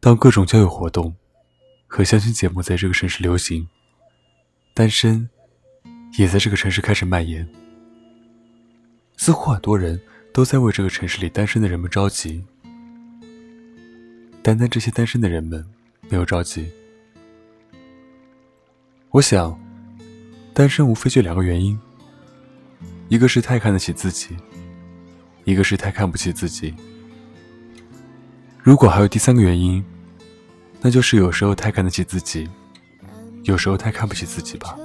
当各种交友活动和相亲节目在这个城市流行，单身也在这个城市开始蔓延。似乎很多人都在为这个城市里单身的人们着急，单单这些单身的人们没有着急。我想，单身无非就两个原因，一个是太看得起自己，一个是太看不起自己。如果还有第三个原因，那就是有时候太看得起自己，有时候太看不起自己吧。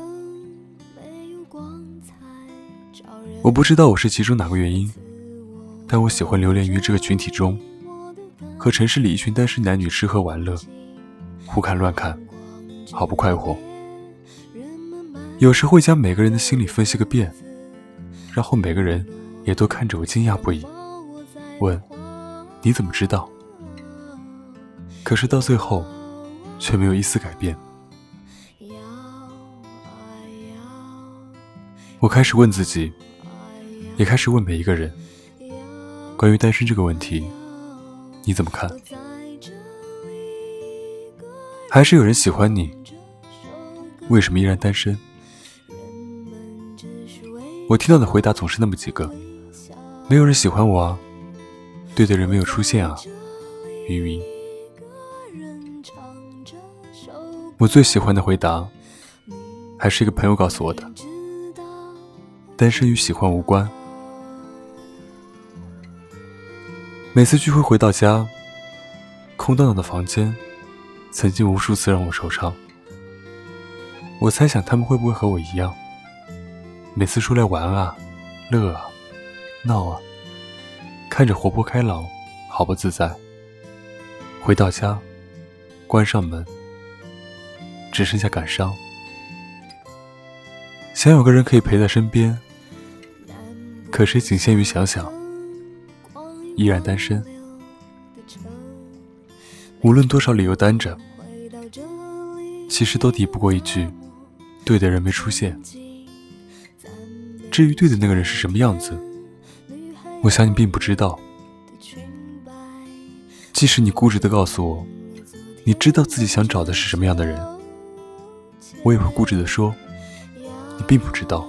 我不知道我是其中哪个原因，但我喜欢流连于这个群体中，和城市里一群单身男女吃喝玩乐，胡看乱看，好不快活。有时会将每个人的心理分析个遍，然后每个人也都看着我惊讶不已，问你怎么知道？可是到最后却没有一丝改变。我开始问自己，也开始问每一个人，关于单身这个问题你怎么看？还是有人喜欢你，为什么依然单身？我听到的回答总是那么几个，没有人喜欢我啊，对的人没有出现啊，云云。我最喜欢的回答还是一个朋友告诉我的，单身与喜欢无关。每次聚会回到家，空荡荡的房间曾经无数次让我惆怅。我猜想他们会不会和我一样，每次出来玩啊，乐啊，闹啊，看着活泼开朗，好不自在。回到家，关上门，只剩下感伤。想有个人可以陪在身边，可是仅限于想想，依然单身。无论多少理由单着，其实都抵不过一句对的人没出现。至于对的那个人是什么样子，我想你并不知道。即使你固执地告诉我你知道自己想找的是什么样的人，我也会固执地说你并不知道。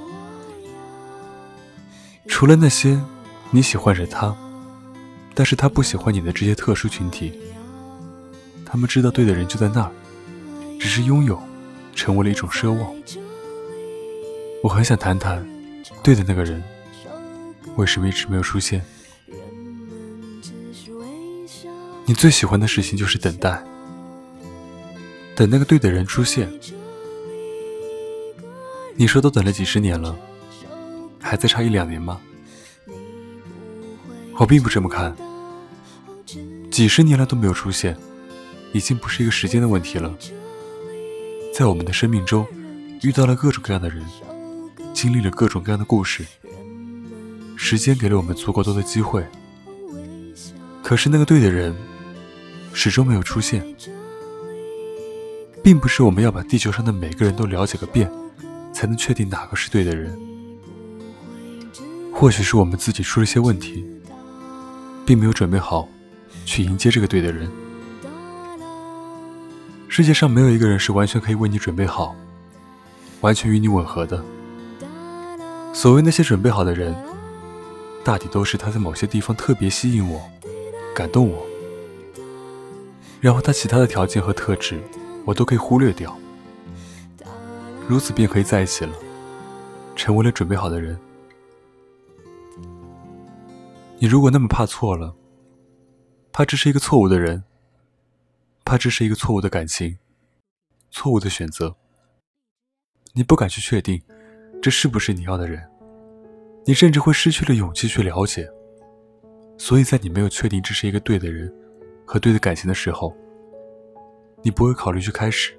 除了那些你喜欢着他，但是他不喜欢你的这些特殊群体，他们知道对的人就在那儿，只是拥有成为了一种奢望。我很想谈谈对的那个人为什么一直没有出现。你最喜欢的事情就是等待，等那个对的人出现。你说都等了几十年了，还在差1-2年吗？我并不这么看，几十年了都没有出现，已经不是一个时间的问题了。在我们的生命中遇到了各种各样的人，经历了各种各样的故事，时间给了我们足够多的机会，可是那个对的人始终没有出现。并不是我们要把地球上的每个人都了解个遍才能确定哪个是对的人，或许是我们自己出了些问题，并没有准备好去迎接这个对的人。世界上没有一个人是完全可以为你准备好，完全与你吻合的。所谓那些准备好的人，大抵都是他在某些地方特别吸引我，感动我，然后他其他的条件和特质我都可以忽略掉，如此便可以在一起了，成为了准备好的人。你如果那么怕错了，怕这是一个错误的人，怕这是一个错误的感情，错误的选择，你不敢去确定这是不是你要的人，你甚至会失去了勇气去了解。所以在你没有确定这是一个对的人和对的感情的时候，你不会考虑去开始。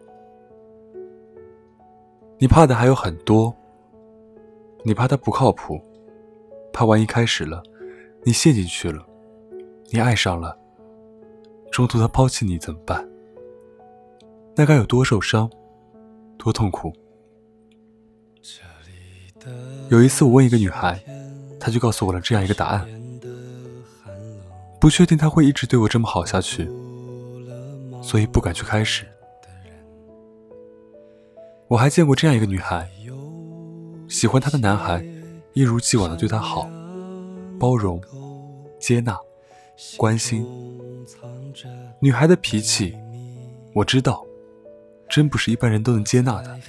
你怕的还有很多，你怕他不靠谱，怕万一开始了，你陷进去了，你爱上了，中途他抛弃你怎么办？那该有多受伤，多痛苦。有一次我问一个女孩，她就告诉我了这样一个答案，不确定她会一直对我这么好下去， 所以不敢去开始。我还见过这样一个女孩，喜欢她的男孩一如既往地对她好，包容、接纳、关心。女孩的脾气我知道，真不是一般人都能接纳的。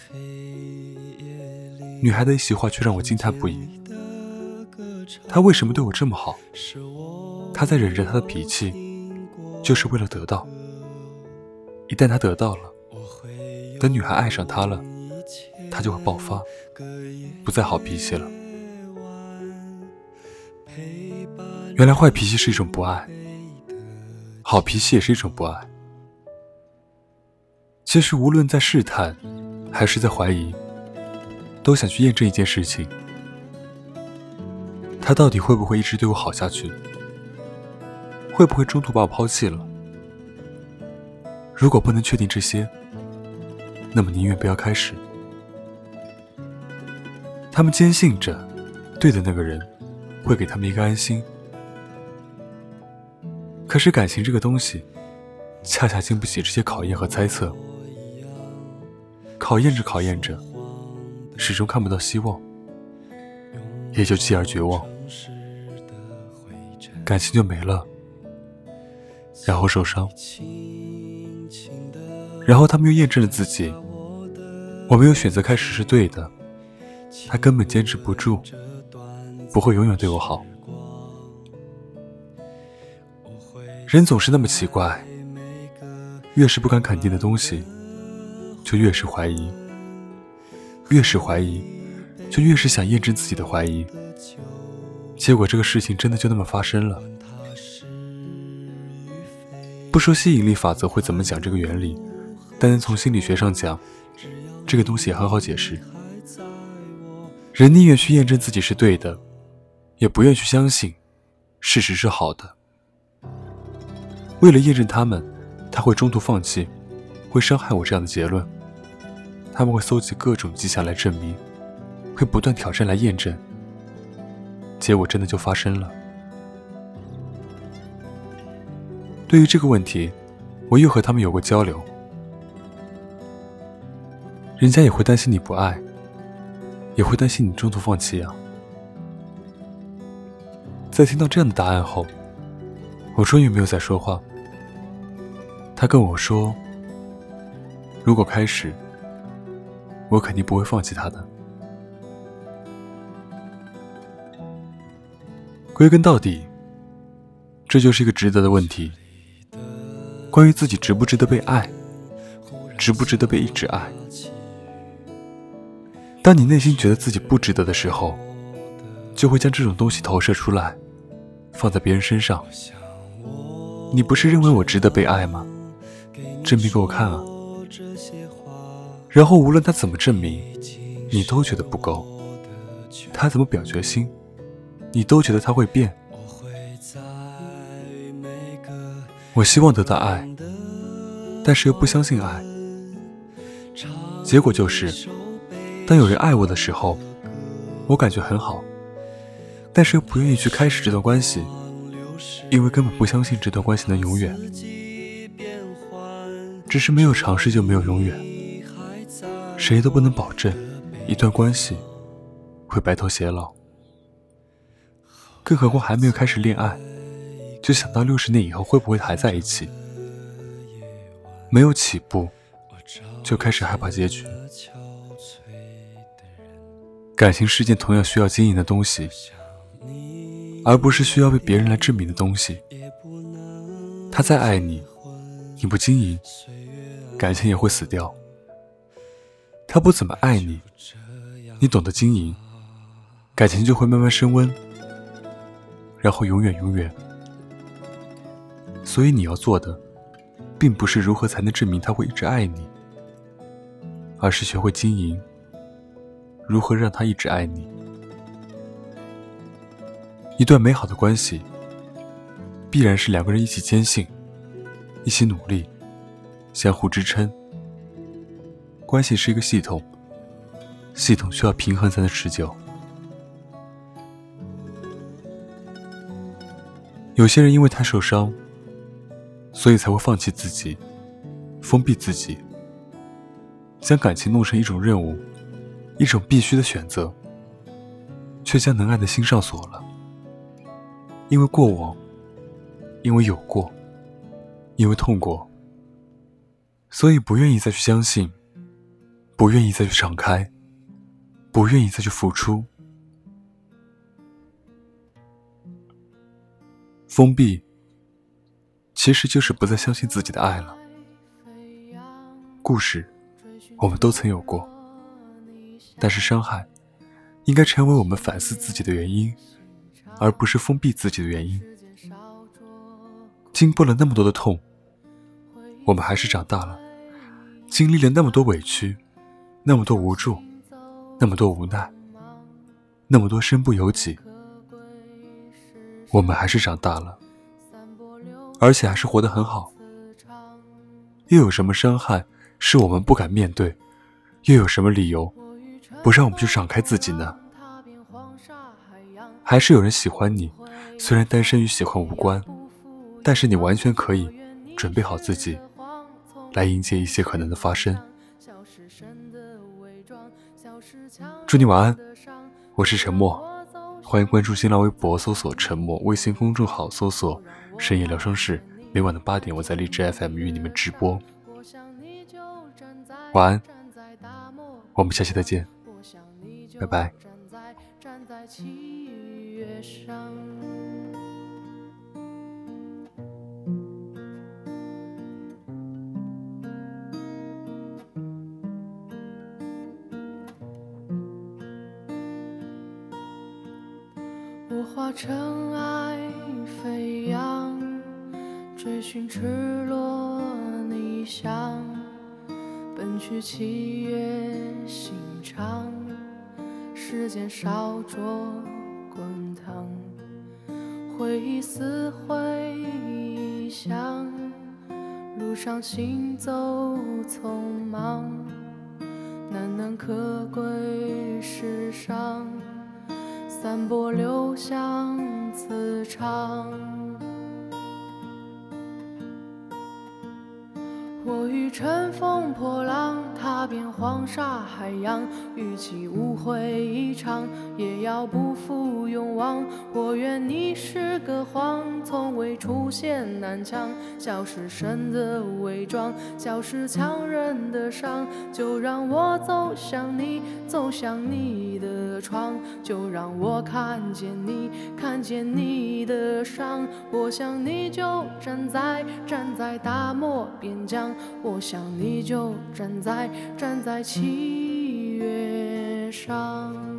女孩的一席话却让我惊叹不已。她为什么对我这么好？她在忍着她的脾气，就是为了得到。一旦她得到了，等女孩爱上他了，他就会爆发，不再好脾气了。原来坏脾气是一种不爱，好脾气也是一种不爱。其实无论在试探还是在怀疑，都想去验证一件事情，他到底会不会一直对我好下去，会不会中途把我抛弃了。如果不能确定这些，那么宁愿不要开始。他们坚信着对的那个人会给他们一个安心，可是感情这个东西恰恰经不起这些考验和猜测，考验着考验着，始终看不到希望，也就继而绝望，感情就没了，然后受伤，然后他们又验证了自己，我没有选择开始是对的，他根本坚持不住，不会永远对我好。人总是那么奇怪，越是不敢肯定的东西，就越是怀疑，越是怀疑，就越是想验证自己的怀疑，结果这个事情真的就那么发生了。不说吸引力法则会怎么讲这个原理，但从心理学上讲，这个东西也很好解释。人宁愿去验证自己是对的，也不愿去相信事实是好的。为了验证他们，他会中途放弃，会伤害我这样的结论。他们会搜集各种迹象来证明，会不断挑战来验证，结果真的就发生了。对于这个问题，我又和他们有过交流。人家也会担心你不爱，也会担心你中途放弃啊。在听到这样的答案后，我终于没有再说话。他跟我说，如果开始，我肯定不会放弃他的。归根到底，这就是一个值得的问题，关于自己值不值得被爱，值不值得被一直爱。当你内心觉得自己不值得的时候，就会将这种东西投射出来，放在别人身上。你不是认为我值得被爱吗？证明给我看啊。然后无论他怎么证明，你都觉得不够。他怎么表决心，你都觉得他会变。我希望得到爱，但是又不相信爱。结果就是，当有人爱我的时候，我感觉很好，但是又不愿意去开始这段关系，因为根本不相信这段关系能永远。只是没有尝试就没有永远，谁都不能保证一段关系会白头偕老。更何况还没有开始恋爱，就想到60年以后会不会还在一起。没有起步，就开始害怕结局。感情是件同样需要经营的东西，而不是需要被别人来证明的东西。他再爱你，你不经营，感情也会死掉。他不怎么爱你，你懂得经营，感情就会慢慢升温，然后永远永远。所以你要做的，并不是如何才能证明他会一直爱你，而是学会经营，如何让他一直爱你。一段美好的关系，必然是两个人一起坚信，一起努力，相互支撑。关系是一个系统，系统需要平衡才能持久。有些人因为太受伤，所以才会放弃自己， 封闭自己，将感情弄成一种任务，一种必须的选择，却将能爱的心上锁了。因为过往，因为有过，因为痛过，所以不愿意再去相信，不愿意再去敞开，不愿意再去付出。封闭其实就是不再相信自己的爱了。故事我们都曾有过，但是伤害应该成为我们反思自己的原因，而不是封闭自己的原因。经过了那么多的痛，我们还是长大了，经历了那么多委屈，那么多无助，那么多无奈，那么多身不由己，我们还是长大了，而且还是活得很好。又有什么伤害是我们不敢面对，又有什么理由不让我们去敞开自己呢？还是有人喜欢你，虽然单身与喜欢无关，但是你完全可以准备好自己，来迎接一切可能的发生。祝你晚安，我是沉默，欢迎关注新浪微博搜索沉默，微信公众号搜索深夜疗伤室，每晚的8点我在荔枝 FM 与你们直播。晚安，我们下期再见，拜拜。 我化尘埃飞扬，追寻赤裸逆翔，奔去七月心肠，时间烧灼滚烫，回忆撕回响，路上行走匆忙，难能可贵世上，散播留香磁场。我欲乘风破浪，踏遍黄沙海洋，与其误会一场，也要不负勇往。我愿你是个谎，从未出现南墙，消失神的伪装，消失强忍的伤。就让我走向你，走向你的窗，就让我看见你，看见你的伤。我想你就站在大漠边疆，我想你就站在七月上。